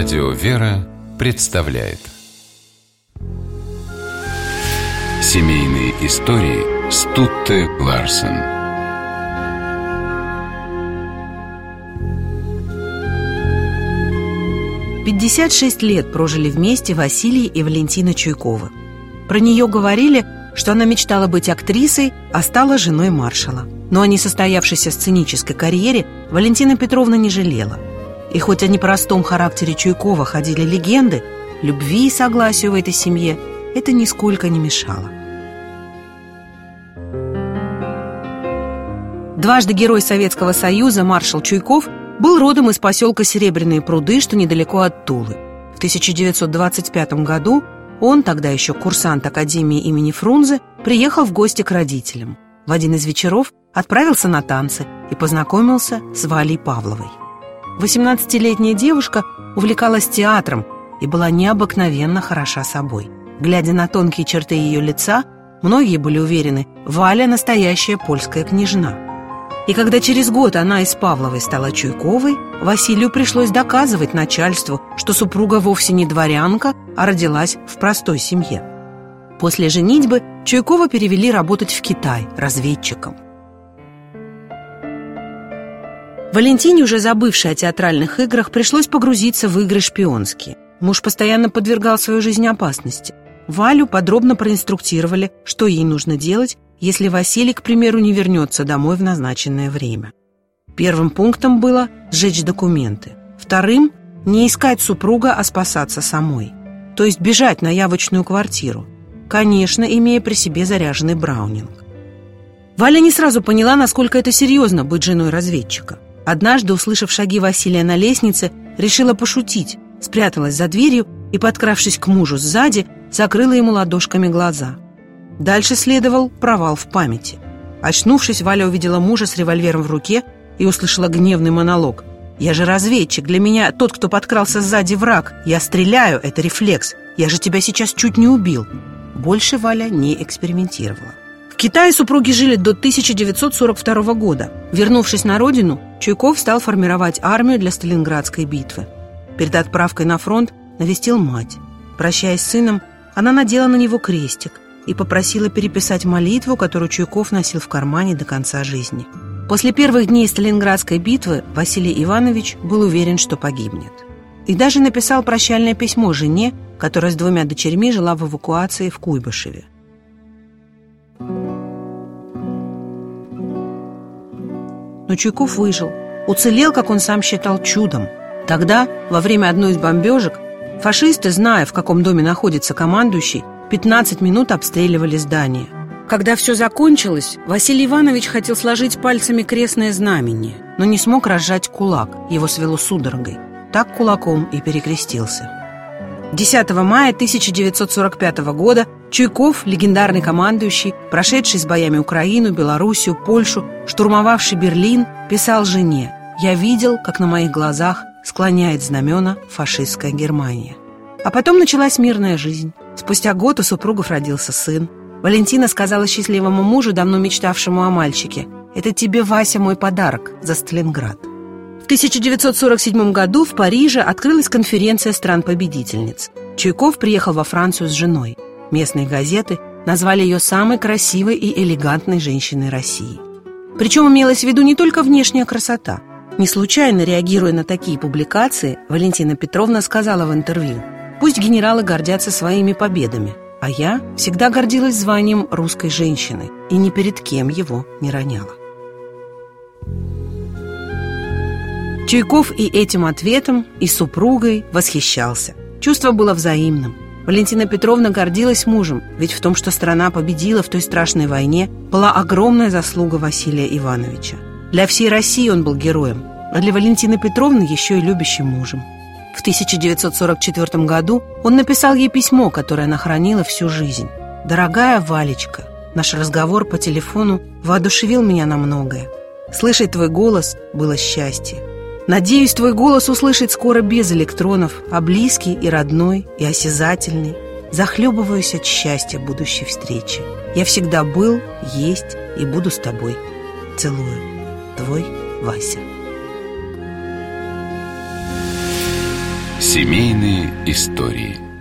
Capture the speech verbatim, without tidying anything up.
Радио «Вера» представляет семейные истории Стутте Ларсен. пятьдесят шесть лет прожили вместе Василий и Валентина Чуйковы. Про нее говорили, что она мечтала быть актрисой, а стала женой маршала. Но о несостоявшейся сценической карьере Валентина Петровна не жалела. И хоть о непростом характере Чуйкова ходили легенды, любви и согласию в этой семье это нисколько не мешало. Дважды Герой Советского Союза маршал Чуйков был родом из поселка Серебряные пруды, что недалеко от Тулы. В тысяча девятьсот двадцать пятом году он, тогда еще курсант Академии имени Фрунзе, приехал в гости к родителям. В один из вечеров отправился на танцы и познакомился с Валей Павловой. восемнадцатилетняя девушка увлекалась театром и была необыкновенно хороша собой. Глядя на тонкие черты ее лица, многие были уверены, Валя – настоящая польская княжна. И когда через год она из Павловой стала Чуйковой, Василию пришлось доказывать начальству, что супруга вовсе не дворянка, а родилась в простой семье. После женитьбы Чуйкова перевели работать в Китай разведчиком. Валентине, уже забывшей о театральных играх, пришлось погрузиться в игры шпионские. Муж постоянно подвергал свою жизнь опасности. Валю подробно проинструктировали, что ей нужно делать, если Василий, к примеру, не вернется домой в назначенное время. Первым пунктом было сжечь документы. Вторым – не искать супруга, а спасаться самой. То есть бежать на явочную квартиру. Конечно, имея при себе заряженный браунинг. Валя не сразу поняла, насколько это серьезно быть женой разведчика. Однажды, услышав шаги Василия на лестнице, решила пошутить, спряталась за дверью и, подкравшись к мужу сзади, закрыла ему ладошками глаза. Дальше следовал провал в памяти. Очнувшись, Валя увидела мужа с револьвером в руке и услышала гневный монолог. «Я же разведчик, для меня тот, кто подкрался сзади, враг. Я стреляю, это рефлекс. Я же тебя сейчас чуть не убил». Больше Валя не экспериментировала. В Китае супруги жили до тысяча девятьсот сорок второго года. Вернувшись на родину, Чуйков стал формировать армию для Сталинградской битвы. Перед отправкой на фронт навестил мать. Прощаясь с сыном, она надела на него крестик и попросила переписать молитву, которую Чуйков носил в кармане до конца жизни. После первых дней Сталинградской битвы Василий Иванович был уверен, что погибнет. И даже написал прощальное письмо жене, которая с двумя дочерьми жила в эвакуации в Куйбышеве. Но Чуйков выжил, уцелел, как он сам считал, чудом. Тогда, во время одной из бомбежек, фашисты, зная, в каком доме находится командующий, пятнадцать минут обстреливали здание. Когда все закончилось, Василий Иванович хотел сложить пальцами крестное знамение, но не смог разжать кулак, его свело судорогой. Так кулаком и перекрестился. десятого мая тысяча девятьсот сорок пятого года Чуйков, легендарный командующий, прошедший с боями Украину, Белоруссию, Польшу, штурмовавший Берлин, писал жене: «Я видел, как на моих глазах склоняет знамена фашистская Германия». А потом началась мирная жизнь. Спустя год у супругов родился сын. Валентина сказала счастливому мужу, давно мечтавшему о мальчике: «Это тебе, Вася, мой подарок за Сталинград». В тысяча девятьсот сорок седьмом году в Париже открылась конференция стран-победительниц. Чуйков приехал во Францию с женой. Местные газеты назвали ее самой красивой и элегантной женщиной России. Причем имелась в виду не только внешняя красота. Не случайно, реагируя на такие публикации, Валентина Петровна сказала в интервью: «Пусть генералы гордятся своими победами, а я всегда гордилась званием русской женщины и ни перед кем его не роняла». Чуйков и этим ответом, и супругой восхищался. Чувство было взаимным. Валентина Петровна гордилась мужем, ведь в том, что страна победила в той страшной войне, была огромная заслуга Василия Ивановича. Для всей России он был героем, а для Валентины Петровны еще и любящим мужем. В тысяча девятьсот сорок четвёртом году он написал ей письмо, которое она хранила всю жизнь. «Дорогая Валечка, наш разговор по телефону воодушевил меня на многое. Слышать твой голос было счастье. Надеюсь, твой голос услышать скоро без электронов, а близкий и родной, и осязательный. Захлебываюсь от счастья будущей встречи. Я всегда был, есть и буду с тобой. Целую. Твой Вася». Семейные истории.